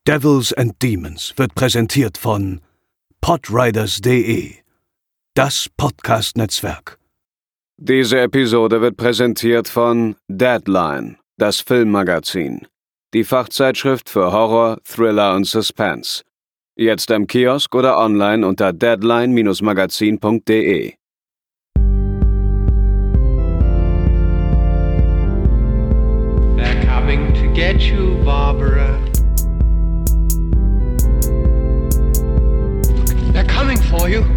Devils and Demons wird präsentiert von podriders.de, das Podcast-Netzwerk. Diese Episode wird präsentiert von Deadline, das Filmmagazin, die Fachzeitschrift für Horror, Thriller und Suspense. Jetzt im Kiosk oder online unter deadline-magazin.de. They're coming to get you, Barbara. They're coming for you.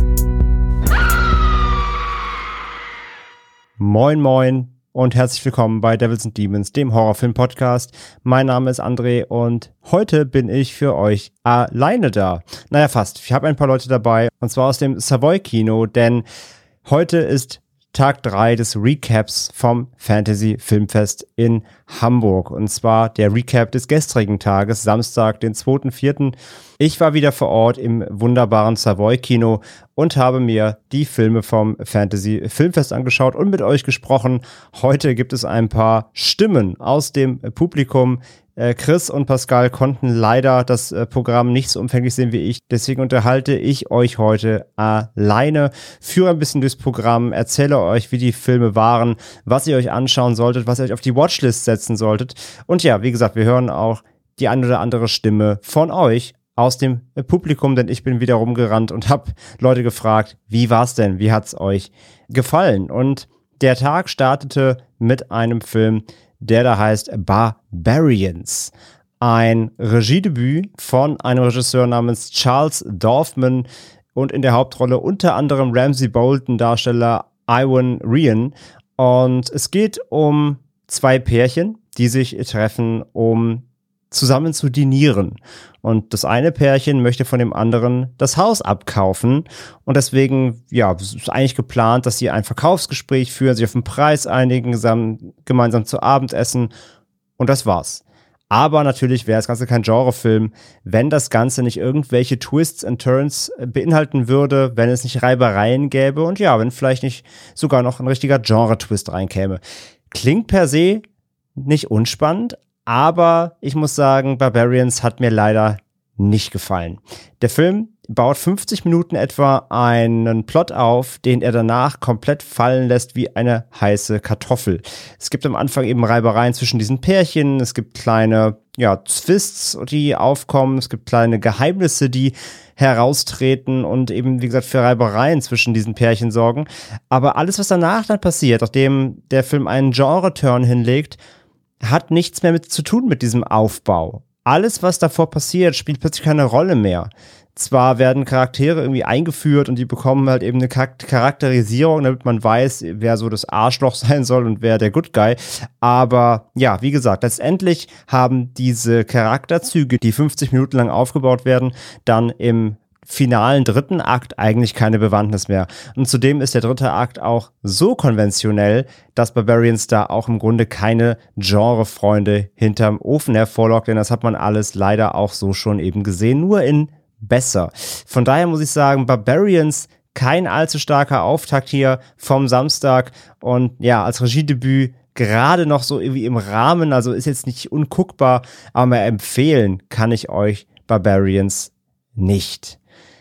Moin moin und herzlich willkommen bei Devils and Demons, dem Horrorfilm-Podcast. Mein Name ist André und heute bin ich für euch alleine da. Naja, fast. Ich habe ein paar Leute dabei und zwar aus dem Savoy-Kino, denn heute ist Tag 3 des Recaps vom Fantasy Filmfest in Hamburg. Und zwar der Recap des gestrigen Tages, Samstag, den 2.4. Ich war wieder vor Ort im wunderbaren Savoy-Kino und habe mir die Filme vom Fantasy Filmfest angeschaut und mit euch gesprochen. Heute gibt es ein paar Stimmen aus dem Publikum. Chris und Pascal konnten leider das Programm nicht so umfänglich sehen wie ich. Deswegen unterhalte ich euch heute alleine, führe ein bisschen durchs Programm, erzähle euch, wie die Filme waren, was ihr euch anschauen solltet, was ihr euch auf die Watchlist setzen solltet. Und ja, wie gesagt, wir hören auch die ein oder andere Stimme von euch aus dem Publikum, denn ich bin wieder rumgerannt und habe Leute gefragt, wie war's denn? Wie hat's euch gefallen? Und der Tag startete mit einem Film, der da heißt Barbarians. Ein Regiedebüt von einem Regisseur namens Charles Dorfman und in der Hauptrolle unter anderem Ramsay Bolton-Darsteller Iwan Rheon. Und es geht um zwei Pärchen, die sich treffen, um zusammen zu dinieren. Und das eine Pärchen möchte von dem anderen das Haus abkaufen. Und deswegen, ja, es ist eigentlich geplant, dass sie ein Verkaufsgespräch führen, sich auf den Preis einigen, gemeinsam zu Abend essen. Und das war's. Aber natürlich wäre das Ganze kein Genrefilm, wenn das Ganze nicht irgendwelche Twists and Turns beinhalten würde, wenn es nicht Reibereien gäbe und ja, wenn vielleicht nicht sogar noch ein richtiger Genre-Twist reinkäme. Klingt per se nicht unspannend, aber ich muss sagen, Barbarians hat mir leider nicht gefallen. Der Film baut 50 Minuten etwa einen Plot auf, den er danach komplett fallen lässt wie eine heiße Kartoffel. Es gibt am Anfang eben Reibereien zwischen diesen Pärchen, es gibt kleine, Twists, die aufkommen, es gibt kleine Geheimnisse, die heraustreten und eben, wie gesagt, für Reibereien zwischen diesen Pärchen sorgen. Aber alles, was danach dann passiert, nachdem der Film einen Genre-Turn hinlegt, hat nichts mehr mit zu tun mit diesem Aufbau. Alles, was davor passiert, spielt plötzlich keine Rolle mehr. Zwar werden Charaktere irgendwie eingeführt und die bekommen halt eben eine Charakterisierung, damit man weiß, wer so das Arschloch sein soll und wer der Good Guy. Aber ja, wie gesagt, letztendlich haben diese Charakterzüge, die 50 Minuten lang aufgebaut werden, dann im finalen dritten Akt eigentlich keine Bewandtnis mehr. Und zudem ist der dritte Akt auch so konventionell, dass Barbarians da auch im Grunde keine Genrefreunde hinterm Ofen hervorlockt, denn das hat man alles leider auch so schon eben gesehen, nur in besser. Von daher muss ich sagen, Barbarians kein allzu starker Auftakt hier vom Samstag und ja, als Regiedebüt gerade noch so irgendwie im Rahmen, also ist jetzt nicht unguckbar, aber mehr empfehlen kann ich euch Barbarians nicht.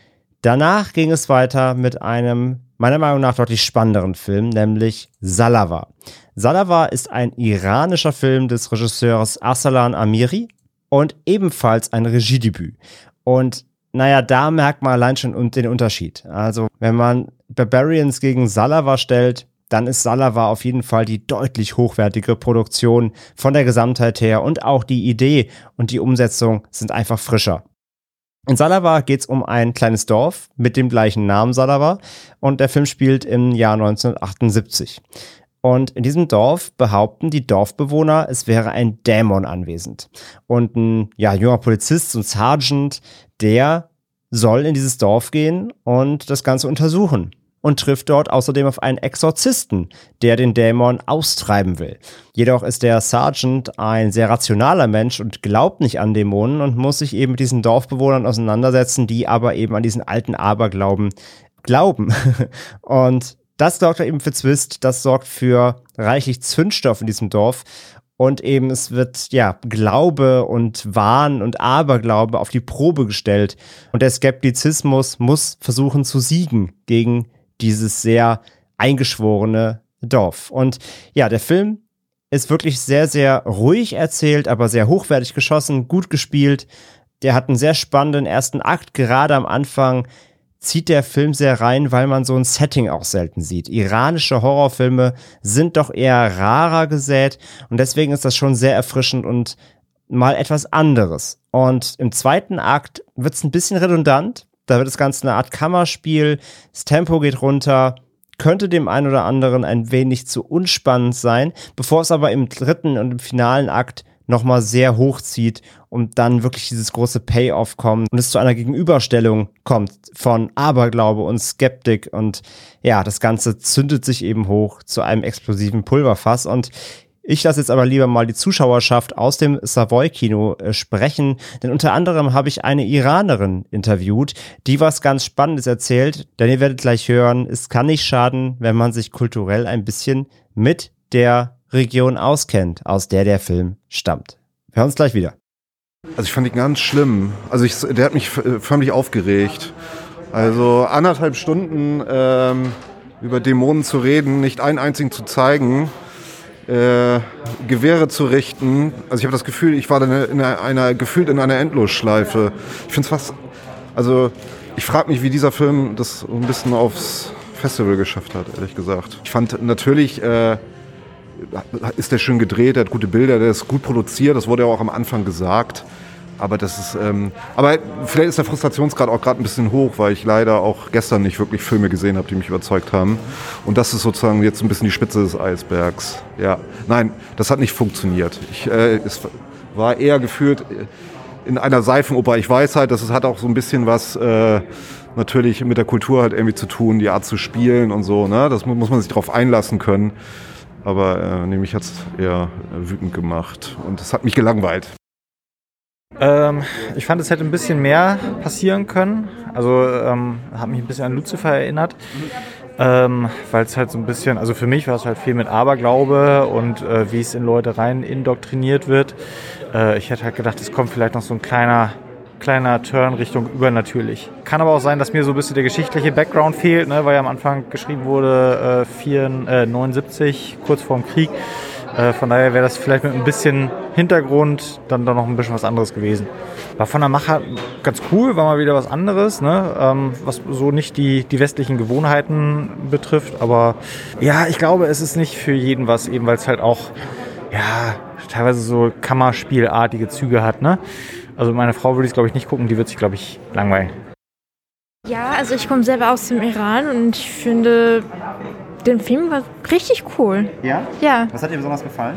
Danach ging es weiter mit einem, meiner Meinung nach, deutlich spannenderen Film, nämlich Salavar. Salavar ist ein iranischer Film des Regisseurs Arsalan Amiri und ebenfalls ein Regiedebüt. Und naja, da merkt man allein schon den Unterschied. Also, wenn man Barbarians gegen Salavar stellt, dann ist Salavar auf jeden Fall die deutlich hochwertigere Produktion von der Gesamtheit her und auch die Idee und die Umsetzung sind einfach frischer. In Salavar geht es um ein kleines Dorf mit dem gleichen Namen Salavar und der Film spielt im Jahr 1978. Und in diesem Dorf behaupten die Dorfbewohner, es wäre ein Dämon anwesend. Und ein junger Polizist, so ein Sergeant, der soll in dieses Dorf gehen und das Ganze untersuchen. Und trifft dort außerdem auf einen Exorzisten, der den Dämon austreiben will. Jedoch ist der Sergeant ein sehr rationaler Mensch und glaubt nicht an Dämonen und muss sich eben mit diesen Dorfbewohnern auseinandersetzen, die aber eben an diesen alten Aberglauben glauben. Und das sorgt eben für Zwist, das sorgt für reichlich Zündstoff in diesem Dorf. Und eben es wird, ja, Glaube und Wahn und Aberglaube auf die Probe gestellt. Und der Skeptizismus muss versuchen zu siegen gegen dieses sehr eingeschworene Dorf. Und ja, der Film ist wirklich sehr, sehr ruhig erzählt, aber sehr hochwertig geschossen, gut gespielt. Der hat einen sehr spannenden ersten Akt. Gerade am Anfang zieht der Film sehr rein, weil man so ein Setting auch selten sieht. Iranische Horrorfilme sind doch eher rarer gesät und deswegen ist das schon sehr erfrischend und mal etwas anderes. Und im zweiten Akt wird es ein bisschen redundant. Da wird das Ganze eine Art Kammerspiel, das Tempo geht runter, könnte dem einen oder anderen ein wenig zu unspannend sein, bevor es aber im dritten und im finalen Akt nochmal sehr hochzieht und dann wirklich dieses große Payoff kommt und es zu einer Gegenüberstellung kommt von Aberglaube und Skeptik und ja, das Ganze zündet sich eben hoch zu einem explosiven Pulverfass und ich lasse jetzt aber lieber mal die Zuschauerschaft aus dem Savoy-Kino sprechen, denn unter anderem habe ich eine Iranerin interviewt, die was ganz Spannendes erzählt, denn ihr werdet gleich hören, es kann nicht schaden, wenn man sich kulturell ein bisschen mit der Region auskennt, aus der der Film stammt. Wir hören uns gleich wieder. Also ich fand ihn ganz schlimm. Also der hat mich förmlich aufgeregt. Also 1,5 Stunden über Dämonen zu reden, nicht einen einzigen zu zeigen, Gewehre zu richten. Also ich habe das Gefühl, ich war dann gefühlt in einer Endlosschleife. Ich finde es fast, also ich frage mich, wie dieser Film das so ein bisschen aufs Festival geschafft hat, ehrlich gesagt. Ich fand natürlich ist der schön gedreht, der hat gute Bilder, der ist gut produziert, das wurde ja auch am Anfang gesagt. Aber das ist, aber vielleicht ist der Frustrationsgrad auch gerade ein bisschen hoch, weil ich leider auch gestern nicht wirklich Filme gesehen habe, die mich überzeugt haben. Und das ist sozusagen jetzt ein bisschen die Spitze des Eisbergs. Ja, nein, das hat nicht funktioniert. Es war eher gefühlt in einer Seifenoper. Ich weiß halt, dass es hat auch so ein bisschen was natürlich mit der Kultur halt irgendwie zu tun, die Art zu spielen und so. Ne? Das muss man sich darauf einlassen können. Aber mich hat es eher wütend gemacht und es hat mich gelangweilt. Ich fand, es hätte ein bisschen mehr passieren können. Also hat mich ein bisschen an Lucifer erinnert, weil es halt so ein bisschen, also für mich war es halt viel mit Aberglaube und wie es in Leute rein indoktriniert wird. Ich hätte halt gedacht, es kommt vielleicht noch so ein kleiner Turn Richtung übernatürlich. Kann aber auch sein, dass mir so ein bisschen der geschichtliche Background fehlt, ne, weil ja am Anfang geschrieben wurde 79, kurz vorm Krieg. Von daher wäre das vielleicht mit ein bisschen Hintergrund dann noch ein bisschen was anderes gewesen. War von der Macher ganz cool, war mal wieder was anderes, ne, was so nicht die westlichen Gewohnheiten betrifft. Aber ja, ich glaube, es ist nicht für jeden was, eben weil es halt auch ja teilweise so Kammerspielartige Züge hat, ne. Also meine Frau würde es, glaube ich, nicht gucken, die wird sich, glaube ich, langweilen. Ja, also ich komme selber aus dem Iran und ich finde, der Film war richtig cool. Ja? Ja. Was hat dir besonders gefallen?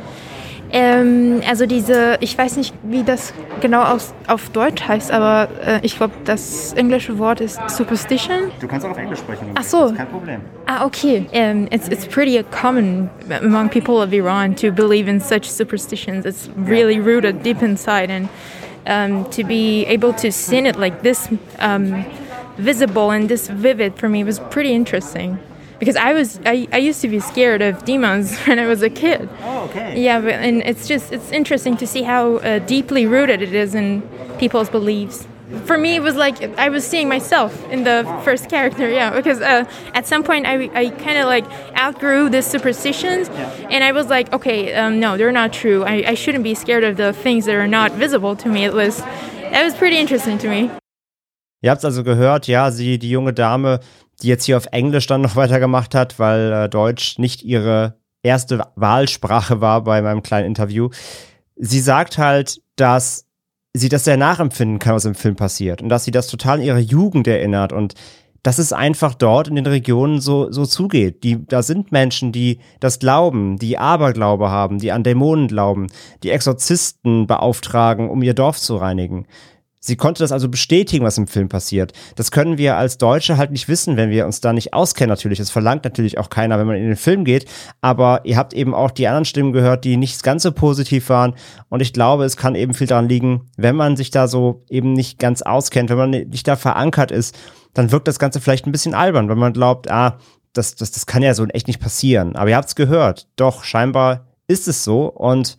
Also ich weiß nicht, wie das genau auf Deutsch heißt, aber ich glaube, das englische Wort ist Superstition. Du kannst auch auf Englisch sprechen. Ach so. Das ist kein Problem. Ah, okay. It's pretty common among people of Iran to believe in such superstitions. It's really rooted deep inside, and to be able to see it like this visible and this vivid for me was pretty interesting. Because I used to be scared of demons when I was a kid. Oh, okay. Yeah, and it's interesting to see how deeply rooted it is in people's beliefs. For me, it was like I was seeing myself in the first character, yeah. Because at some point I kind of like outgrew the superstitions, and I was like, okay, no, they're not true. I shouldn't be scared of the things that are not visible to me. That was pretty interesting to me. Ihr habt es also gehört, ja, die junge Dame, die jetzt hier auf Englisch dann noch weitergemacht hat, weil Deutsch nicht ihre erste Wahlsprache war bei meinem kleinen Interview. Sie sagt halt, dass sie das sehr nachempfinden kann, was im Film passiert und dass sie das total an ihre Jugend erinnert und dass es einfach dort in den Regionen so zugeht. Da sind Menschen, die das glauben, die Aberglaube haben, die an Dämonen glauben, die Exorzisten beauftragen, um ihr Dorf zu reinigen. Sie konnte das also bestätigen, was im Film passiert. Das können wir als Deutsche halt nicht wissen, wenn wir uns da nicht auskennen natürlich. Das verlangt natürlich auch keiner, wenn man in den Film geht. Aber ihr habt eben auch die anderen Stimmen gehört, die nicht ganz so positiv waren. Und ich glaube, es kann eben viel daran liegen, wenn man sich da so eben nicht ganz auskennt, wenn man nicht da verankert ist, dann wirkt das Ganze vielleicht ein bisschen albern, wenn man glaubt, das kann ja so echt nicht passieren. Aber ihr habt es gehört. Doch, scheinbar ist es so. Und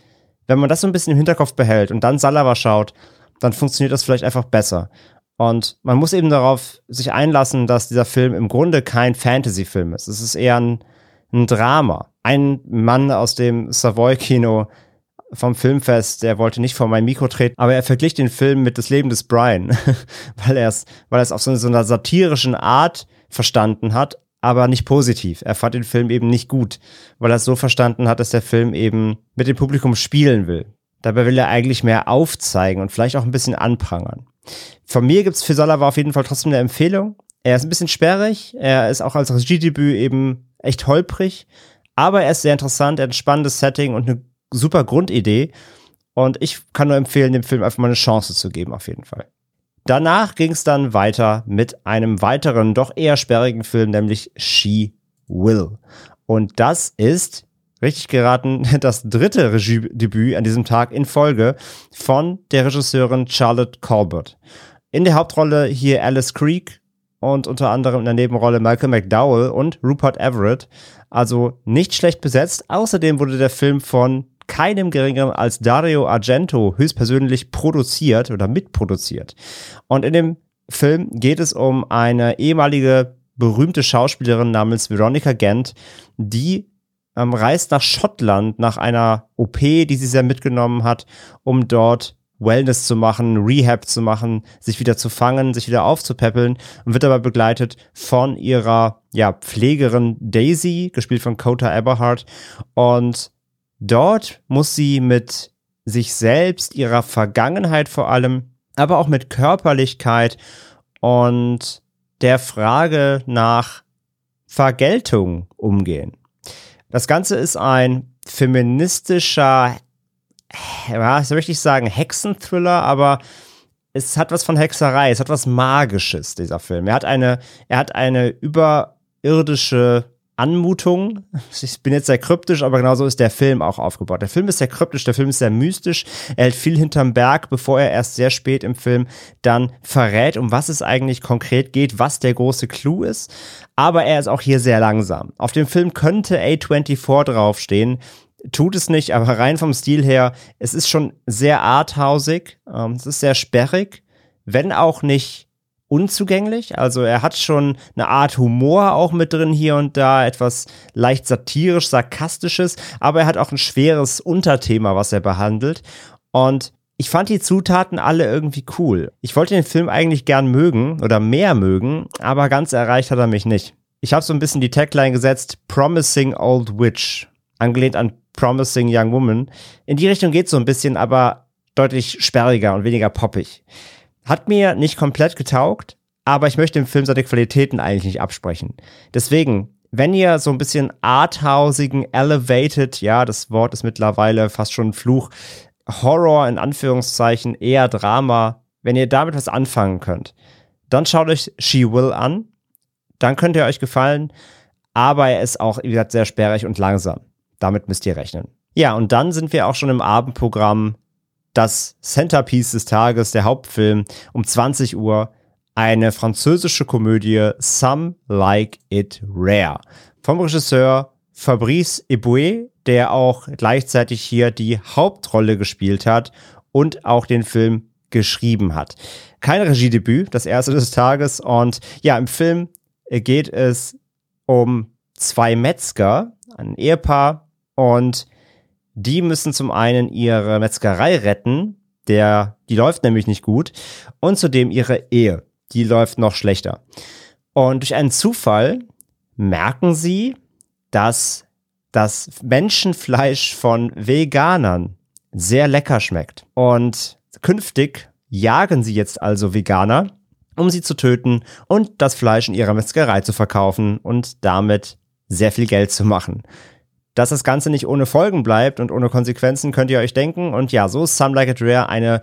Wenn man das so ein bisschen im Hinterkopf behält und dann Salawa schaut, dann funktioniert das vielleicht einfach besser. Und man muss eben darauf sich einlassen, dass dieser Film im Grunde kein Fantasy-Film ist. Es ist eher ein Drama. Ein Mann aus dem Savoy-Kino vom Filmfest, der wollte nicht vor mein Mikro treten, aber er verglich den Film mit Das Leben des Brian, weil er es auf so einer satirischen Art verstanden hat, aber nicht positiv. Er fand den Film eben nicht gut, weil er es so verstanden hat, dass der Film eben mit dem Publikum spielen will. Dabei will er eigentlich mehr aufzeigen und vielleicht auch ein bisschen anprangern. Von mir gibt's für Salawa auf jeden Fall trotzdem eine Empfehlung. Er ist ein bisschen sperrig, er ist auch als Regiedebüt eben echt holprig, aber er ist sehr interessant, er hat ein spannendes Setting und eine super Grundidee und ich kann nur empfehlen, dem Film einfach mal eine Chance zu geben, auf jeden Fall. Danach ging es dann weiter mit einem weiteren, doch eher sperrigen Film, nämlich She Will. Und das ist, richtig geraten, das 3. Regiedebüt an diesem Tag in Folge von der Regisseurin Charlotte Colbert. In der Hauptrolle hier Alice Creek und unter anderem in der Nebenrolle Malcolm McDowell und Rupert Everett. Also nicht schlecht besetzt. Außerdem wurde der Film von keinem geringeren als Dario Argento höchstpersönlich produziert oder mitproduziert. Und in dem Film geht es um eine ehemalige berühmte Schauspielerin namens Veronica Gent, die reist nach Schottland nach einer OP, die sie sehr mitgenommen hat, um dort Wellness zu machen, Rehab zu machen, sich wieder zu fangen, sich wieder aufzupäppeln und wird dabei begleitet von ihrer Pflegerin Daisy, gespielt von Kota Eberhardt. Und dort muss sie mit sich selbst, ihrer Vergangenheit vor allem, aber auch mit Körperlichkeit und der Frage nach Vergeltung umgehen. Das Ganze ist ein feministischer, was möchte ich sagen, Hexenthriller, aber es hat was von Hexerei, es hat was Magisches, dieser Film. Er hat eine überirdische Anmutung. Ich bin jetzt sehr kryptisch, aber genauso ist der Film auch aufgebaut. Der Film ist sehr kryptisch, der Film ist sehr mystisch. Er hält viel hinterm Berg, bevor er erst sehr spät im Film dann verrät, um was es eigentlich konkret geht, was der große Clou ist. Aber er ist auch hier sehr langsam. Auf dem Film könnte A24 draufstehen. Tut es nicht, aber rein vom Stil her, es ist schon sehr arthausig. Es ist sehr sperrig, wenn auch nicht unzugänglich, also er hat schon eine Art Humor auch mit drin hier und da, etwas leicht satirisch, sarkastisches, aber er hat auch ein schweres Unterthema, was er behandelt und ich fand die Zutaten alle irgendwie cool. Ich wollte den Film eigentlich gern mögen oder mehr mögen, aber ganz erreicht hat er mich nicht. Ich habe so ein bisschen die Tagline gesetzt, Promising Old Witch, angelehnt an Promising Young Woman. In die Richtung geht's so ein bisschen, aber deutlich sperriger und weniger poppig. Hat mir nicht komplett getaugt, aber ich möchte dem Film seine Qualitäten eigentlich nicht absprechen. Deswegen, wenn ihr so ein bisschen arthausigen, elevated, ja, das Wort ist mittlerweile fast schon ein Fluch, Horror in Anführungszeichen, eher Drama, wenn ihr damit was anfangen könnt, dann schaut euch She Will an, dann könnt ihr euch gefallen, aber er ist auch, wie gesagt, sehr sperrig und langsam. Damit müsst ihr rechnen. Ja, und dann sind wir auch schon im Abendprogramm. Das Centerpiece des Tages, der Hauptfilm, um 20 Uhr, eine französische Komödie, Some Like It Rare, vom Regisseur Fabrice Eboué, der auch gleichzeitig hier die Hauptrolle gespielt hat und auch den Film geschrieben hat. Kein Regiedebüt, das erste des Tages, und ja, im Film geht es um 2 Metzger, ein Ehepaar, und die müssen zum einen ihre Metzgerei retten, die läuft nämlich nicht gut, und zudem ihre Ehe, die läuft noch schlechter. Und durch einen Zufall merken sie, dass das Menschenfleisch von Veganern sehr lecker schmeckt. Und künftig jagen sie jetzt also Veganer, um sie zu töten und das Fleisch in ihrer Metzgerei zu verkaufen und damit sehr viel Geld zu machen. Dass das Ganze nicht ohne Folgen bleibt und ohne Konsequenzen, könnt ihr euch denken. Und ja, so ist Some Like It Rare eine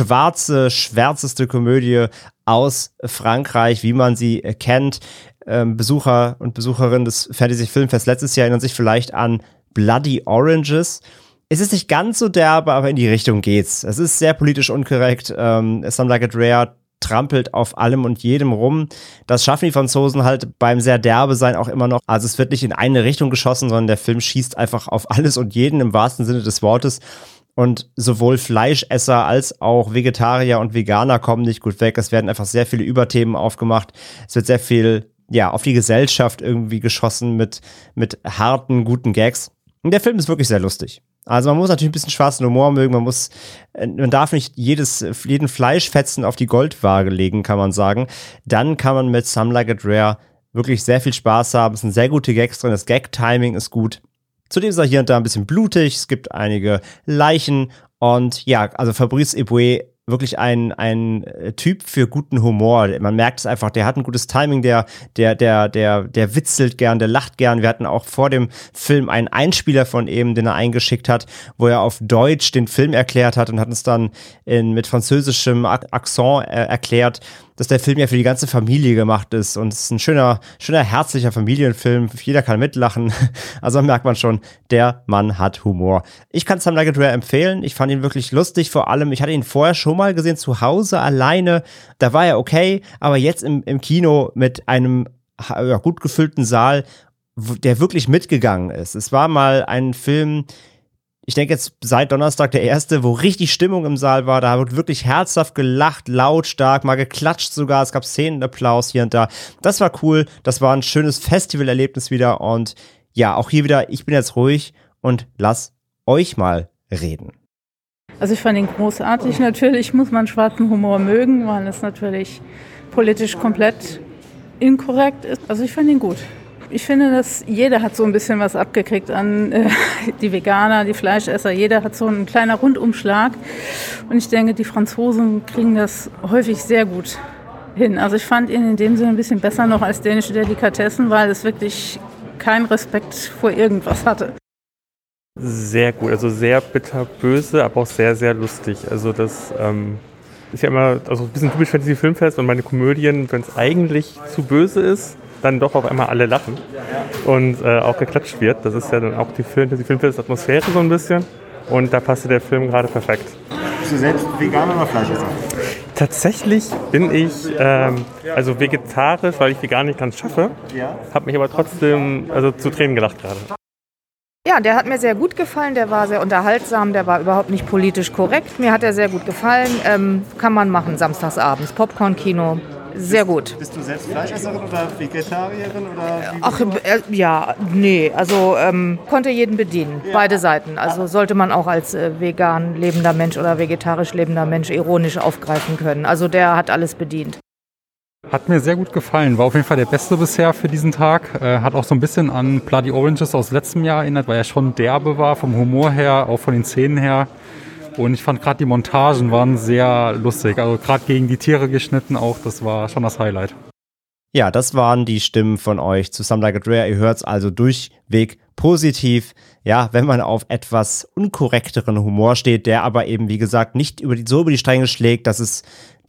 schwärzeste Komödie aus Frankreich, wie man sie kennt. Besucher und Besucherinnen des Fantasy Filmfests letztes Jahr erinnern sich vielleicht an Bloody Oranges. Es ist nicht ganz so derbe, aber in die Richtung geht's. Es ist sehr politisch unkorrekt. Some Like It Rare trampelt auf allem und jedem rum. Das schaffen die Franzosen halt beim sehr derbe sein auch immer noch. Also es wird nicht in eine Richtung geschossen, sondern der Film schießt einfach auf alles und jeden im wahrsten Sinne des Wortes. Und sowohl Fleischesser als auch Vegetarier und Veganer kommen nicht gut weg. Es werden einfach sehr viele Überthemen aufgemacht. Es wird sehr viel, auf die Gesellschaft irgendwie geschossen mit harten, guten Gags. Und der Film ist wirklich sehr lustig. Also man muss natürlich ein bisschen schwarzen Humor mögen. Man darf nicht jeden Fleischfetzen auf die Goldwaage legen, kann man sagen. Dann kann man mit Some Like It Rare wirklich sehr viel Spaß haben. Es sind sehr gute Gags drin. Das Gag-Timing ist gut. Zudem ist er hier und da ein bisschen blutig, es gibt einige Leichen und also Fabrice Eboué, wirklich ein Typ für guten Humor. Man merkt es einfach, der hat ein gutes Timing, der witzelt gern, der lacht gern. Wir hatten auch vor dem Film einen Einspieler von ihm, den er eingeschickt hat, wo er auf Deutsch den Film erklärt hat und hat uns dann mit französischem Akzent erklärt, dass der Film ja für die ganze Familie gemacht ist und es ist ein schöner, herzlicher Familienfilm. Jeder kann mitlachen. Also merkt man schon, der Mann hat Humor. Ich kann Some Like It Rare empfehlen. Ich fand ihn wirklich lustig. Vor allem, ich hatte ihn vorher schon mal gesehen, zu Hause, alleine. Da war er okay, aber jetzt im Kino mit einem gut gefüllten Saal, der wirklich mitgegangen ist. Es war mal ein Film, ich denke jetzt seit Donnerstag der erste, wo richtig Stimmung im Saal war. Da wird wirklich herzhaft gelacht, lautstark, mal geklatscht sogar. Es gab Szenenapplaus hier und da. Das war cool. Das war ein schönes Festivalerlebnis wieder. Und auch hier wieder, ich bin jetzt ruhig und lass euch mal reden. Also ich fand ihn großartig. Natürlich muss man schwarzen Humor mögen, weil es natürlich politisch komplett inkorrekt ist. Also ich fand ihn gut. Ich finde, dass jeder hat so ein bisschen was abgekriegt an die Veganer, die Fleischesser. Jeder hat so einen kleinen Rundumschlag. Und ich denke, die Franzosen kriegen das häufig sehr gut hin. Also ich fand ihn in dem Sinne ein bisschen besser noch als dänische Delikatessen, weil es wirklich keinen Respekt vor irgendwas hatte. Sehr gut, also sehr bitterböse, aber auch sehr, sehr lustig. Also das ist ja immer ein bisschen typisch Fantasy-Filmfest und meine Komödien, wenn es eigentlich zu böse ist, dann doch auf einmal alle lachen und auch geklatscht wird. Das ist ja dann auch die Filmfest-Atmosphäre so ein bisschen und da passte der Film gerade perfekt. Bist du selbst Veganer oder Fleischesser? Tatsächlich bin ich vegetarisch, weil ich vegan nicht ganz schaffe, habe mich aber trotzdem zu Tränen gelacht gerade. Ja, der hat mir sehr gut gefallen, der war sehr unterhaltsam, der war überhaupt nicht politisch korrekt. Mir hat er sehr gut gefallen, kann man machen samstagsabends, Popcorn-Kino. Sehr gut. Bist du selbst Fleischesserin oder Vegetarierin? Konnte jeden bedienen, beide Seiten. Also sollte man auch als vegan lebender Mensch oder vegetarisch lebender Mensch ironisch aufgreifen können. Also der hat alles bedient. Hat mir sehr gut gefallen, war auf jeden Fall der beste bisher für diesen Tag. Hat auch so ein bisschen an Bloody Oranges aus letztem Jahr erinnert, weil er schon derbe war, vom Humor her, auch von den Szenen her. Und ich fand gerade die Montagen waren sehr lustig. Also gerade gegen die Tiere geschnitten auch, das war schon das Highlight. Ja, das waren die Stimmen von euch zu Some Like It Rare. Ihr hört es also durchweg positiv. Ja, wenn man auf etwas unkorrekteren Humor steht, der aber eben, wie gesagt, nicht über die Stränge schlägt, dass es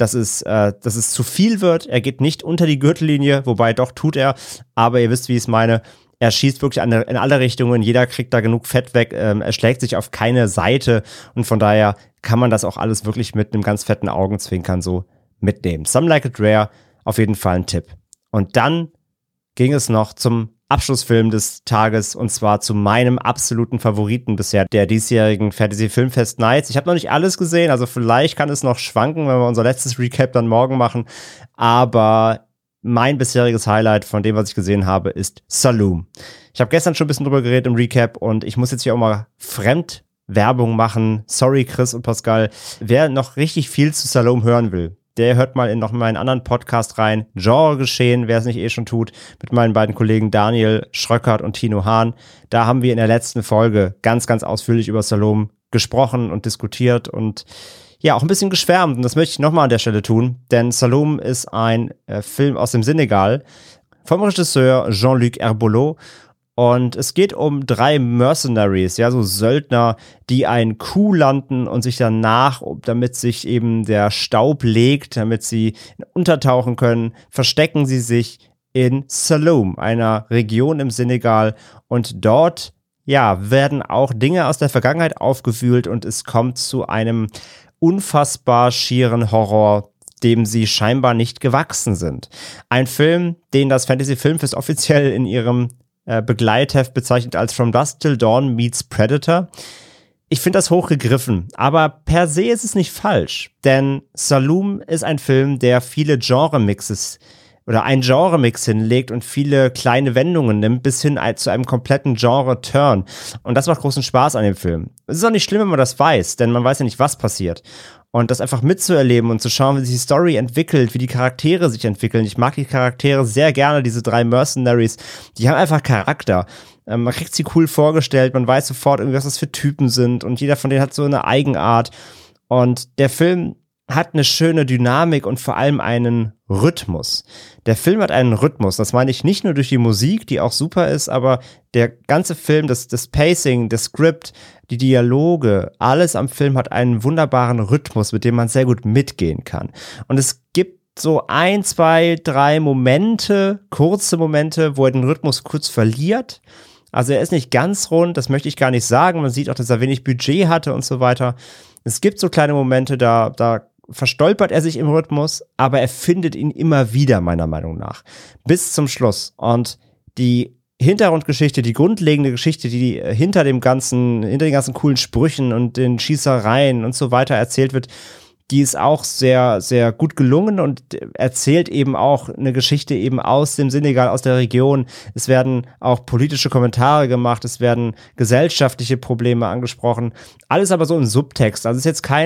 zu viel wird. Er geht nicht unter die Gürtellinie, wobei doch tut er. Aber ihr wisst, wie ich es meine. Er schießt wirklich in alle Richtungen, jeder kriegt da genug Fett weg, er schlägt sich auf keine Seite und von daher kann man das auch alles wirklich mit einem ganz fetten Augenzwinkern so mitnehmen. Some Like It Rare, auf jeden Fall ein Tipp. Und dann ging es noch zum Abschlussfilm des Tages und zwar zu meinem absoluten Favoriten bisher der diesjährigen Fantasy Filmfest Nights. Ich habe noch nicht alles gesehen, also vielleicht kann es noch schwanken, wenn wir unser letztes Recap dann morgen machen, aber mein bisheriges Highlight von dem, was ich gesehen habe, ist Saloom. Ich habe gestern schon ein bisschen drüber geredet im Recap und ich muss jetzt hier auch mal Fremdwerbung machen. Sorry, Chris und Pascal. Wer noch richtig viel zu Saloom hören will, der hört mal in noch meinen anderen Podcast rein. Genre geschehen, wer es nicht schon tut, mit meinen beiden Kollegen Daniel Schröckert und Tino Hahn. Da haben wir in der letzten Folge ganz, ganz ausführlich über Saloom gesprochen und diskutiert und ja, auch ein bisschen geschwärmt und das möchte ich nochmal an der Stelle tun, denn Saloom ist ein Film aus dem Senegal vom Regisseur Jean-Luc Herbolo und es geht um 3 Mercenaries, ja, so Söldner, die einen Coup landen und sich danach, damit sich eben der Staub legt, damit sie untertauchen können, verstecken sie sich in Saloom, einer Region im Senegal und dort, werden auch Dinge aus der Vergangenheit aufgewühlt und es kommt zu einem unfassbar schieren Horror, dem sie scheinbar nicht gewachsen sind. Ein Film, den das Fantasy Filmfest offiziell in ihrem Begleitheft bezeichnet als From Dusk Till Dawn meets Predator. Ich finde das hochgegriffen, aber per se ist es nicht falsch, denn Saloon ist ein Film, der viele Genre-Mixes oder einen Genre-Mix hinlegt und viele kleine Wendungen nimmt, bis hin zu einem kompletten Genre-Turn. Und das macht großen Spaß an dem Film. Es ist auch nicht schlimm, wenn man das weiß, denn man weiß ja nicht, was passiert. Und das einfach mitzuerleben und zu schauen, wie sich die Story entwickelt, wie die Charaktere sich entwickeln. Ich mag die Charaktere sehr gerne, diese 3 Mercenaries. Die haben einfach Charakter. Man kriegt sie cool vorgestellt, man weiß sofort irgendwie, was das für Typen sind und jeder von denen hat so eine Eigenart. Und der Film hat eine schöne Dynamik und vor allem einen Rhythmus. Der Film hat einen Rhythmus, das meine ich nicht nur durch die Musik, die auch super ist, aber der ganze Film, das Pacing, das Skript, die Dialoge, alles am Film hat einen wunderbaren Rhythmus, mit dem man sehr gut mitgehen kann. Und es gibt so 1, 2, 3 Momente, kurze Momente, wo er den Rhythmus kurz verliert. Also er ist nicht ganz rund, das möchte ich gar nicht sagen. Man sieht auch, dass er wenig Budget hatte und so weiter. Es gibt so kleine Momente, da verstolpert er sich im Rhythmus, aber er findet ihn immer wieder, meiner Meinung nach. Bis zum Schluss. Und die Hintergrundgeschichte, die grundlegende Geschichte, die hinter den ganzen coolen Sprüchen und den Schießereien und so weiter erzählt wird, die ist auch sehr, sehr gut gelungen und erzählt eben auch eine Geschichte eben aus dem Senegal, aus der Region. Es werden auch politische Kommentare gemacht, es werden gesellschaftliche Probleme angesprochen. Alles aber so im Subtext. Also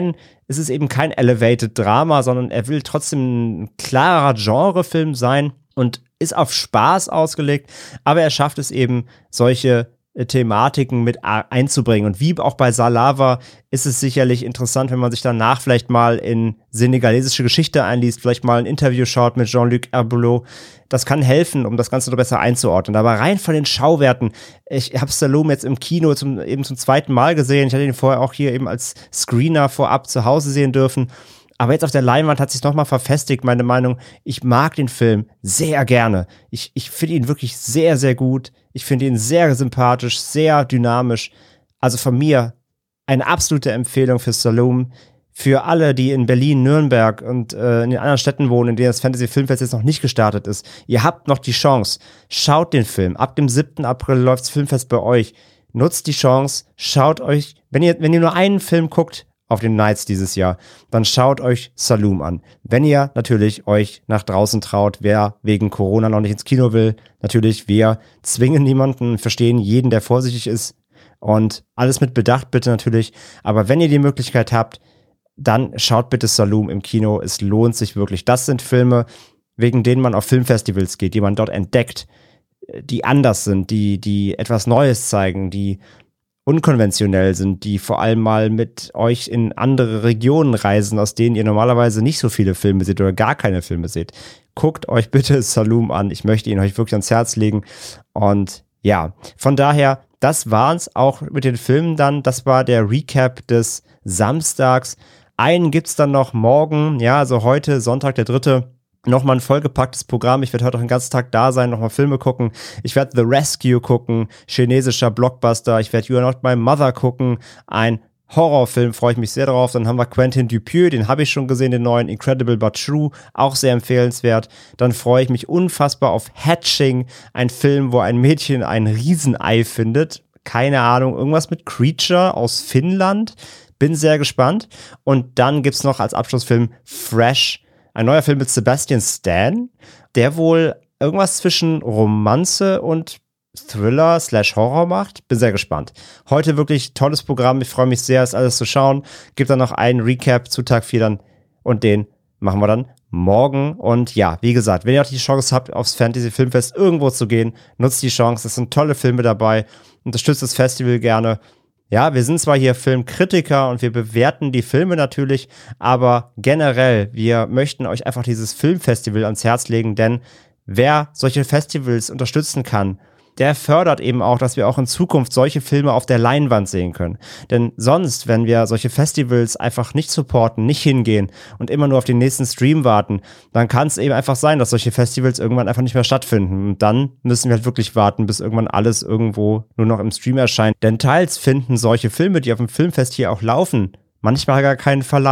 es ist eben kein Elevated Drama, sondern er will trotzdem ein klarer Genrefilm sein und ist auf Spaß ausgelegt, aber er schafft es eben, solche Thematiken mit einzubringen. Und wie auch bei Salava ist es sicherlich interessant, wenn man sich danach vielleicht mal in senegalesische Geschichte einliest, vielleicht mal ein Interview schaut mit Jean-Luc Herbulot. Das kann helfen, um das Ganze noch besser einzuordnen. Aber rein von den Schauwerten, ich habe Saloon jetzt im Kino zum 2. Mal gesehen. Ich hatte ihn vorher auch hier eben als Screener vorab zu Hause sehen dürfen. Aber jetzt auf der Leinwand hat sich nochmal verfestigt, meine Meinung. Ich mag den Film sehr gerne. Ich finde ihn wirklich sehr, sehr gut. Ich finde ihn sehr sympathisch, sehr dynamisch. Also von mir eine absolute Empfehlung für Saloon. Für alle, die in Berlin, Nürnberg und in den anderen Städten wohnen, in denen das Fantasy-Filmfest jetzt noch nicht gestartet ist. Ihr habt noch die Chance. Schaut den Film. Ab dem 7. April läuft das Filmfest bei euch. Nutzt die Chance. Schaut euch, wenn ihr nur einen Film guckt, auf den Nights dieses Jahr, dann schaut euch Saloon an. Wenn ihr natürlich euch nach draußen traut, wer wegen Corona noch nicht ins Kino will, natürlich, wir zwingen niemanden, verstehen jeden, der vorsichtig ist und alles mit Bedacht bitte natürlich, aber wenn ihr die Möglichkeit habt, dann schaut bitte Saloon im Kino, es lohnt sich wirklich. Das sind Filme, wegen denen man auf Filmfestivals geht, die man dort entdeckt, die anders sind, die etwas Neues zeigen, die unkonventionell sind, die vor allem mal mit euch in andere Regionen reisen, aus denen ihr normalerweise nicht so viele Filme seht oder gar keine Filme seht. Guckt euch bitte Saloon an. Ich möchte ihn euch wirklich ans Herz legen. Und ja, von daher, das war's auch mit den Filmen dann. Das war der Recap des Samstags. Einen gibt's dann noch morgen, ja, also heute, Sonntag, der 3., nochmal ein vollgepacktes Programm. Ich werde heute auch den ganzen Tag da sein, nochmal Filme gucken. Ich werde The Rescue gucken, chinesischer Blockbuster. Ich werde You Are Not My Mother gucken, ein Horrorfilm, freue ich mich sehr drauf. Dann haben wir Quentin Dupieux, den habe ich schon gesehen, den neuen Incredible But True, auch sehr empfehlenswert. Dann freue ich mich unfassbar auf Hatching, ein Film, wo ein Mädchen ein Riesenei findet. Keine Ahnung, irgendwas mit Creature aus Finnland. Bin sehr gespannt. Und dann gibt's noch als Abschlussfilm Fresh, ein neuer Film mit Sebastian Stan, der wohl irgendwas zwischen Romanze und Thriller/Horror macht. Bin sehr gespannt. Heute wirklich tolles Programm. Ich freue mich sehr, das alles zu schauen. Gibt dann noch einen Recap zu Tag 4 dann und den machen wir dann morgen. Und ja, wie gesagt, wenn ihr auch die Chance habt, aufs Fantasy-Filmfest irgendwo zu gehen, nutzt die Chance. Es sind tolle Filme dabei. Unterstützt das Festival gerne. Ja, wir sind zwar hier Filmkritiker und wir bewerten die Filme natürlich, aber generell, wir möchten euch einfach dieses Filmfestival ans Herz legen, denn wer solche Festivals unterstützen kann, der fördert eben auch, dass wir auch in Zukunft solche Filme auf der Leinwand sehen können. Denn sonst, wenn wir solche Festivals einfach nicht supporten, nicht hingehen und immer nur auf den nächsten Stream warten, dann kann es eben einfach sein, dass solche Festivals irgendwann einfach nicht mehr stattfinden. Und dann müssen wir halt wirklich warten, bis irgendwann alles irgendwo nur noch im Stream erscheint. Denn teils finden solche Filme, die auf dem Filmfest hier auch laufen, manchmal gar keinen Verleih.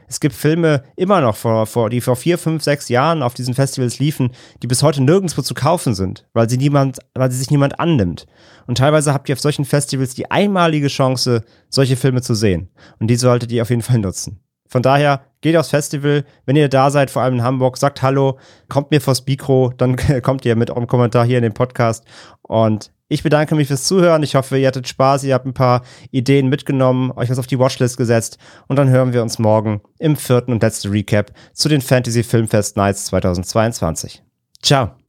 Es gibt Filme immer noch, die vor 4, 5, 6 Jahren auf diesen Festivals liefen, die bis heute nirgendwo zu kaufen sind, weil sie sich niemand annimmt. Und teilweise habt ihr auf solchen Festivals die einmalige Chance, solche Filme zu sehen. Und die solltet ihr auf jeden Fall nutzen. Von daher, geht aufs Festival, wenn ihr da seid, vor allem in Hamburg, sagt Hallo, kommt mir vors Mikro, dann kommt ihr mit eurem Kommentar hier in den Podcast. Und ich bedanke mich fürs Zuhören. Ich hoffe, ihr hattet Spaß, ihr habt ein paar Ideen mitgenommen, euch was auf die Watchlist gesetzt und dann hören wir uns morgen im 4. und letzten Recap zu den Fantasy Filmfest Nights 2022. Ciao!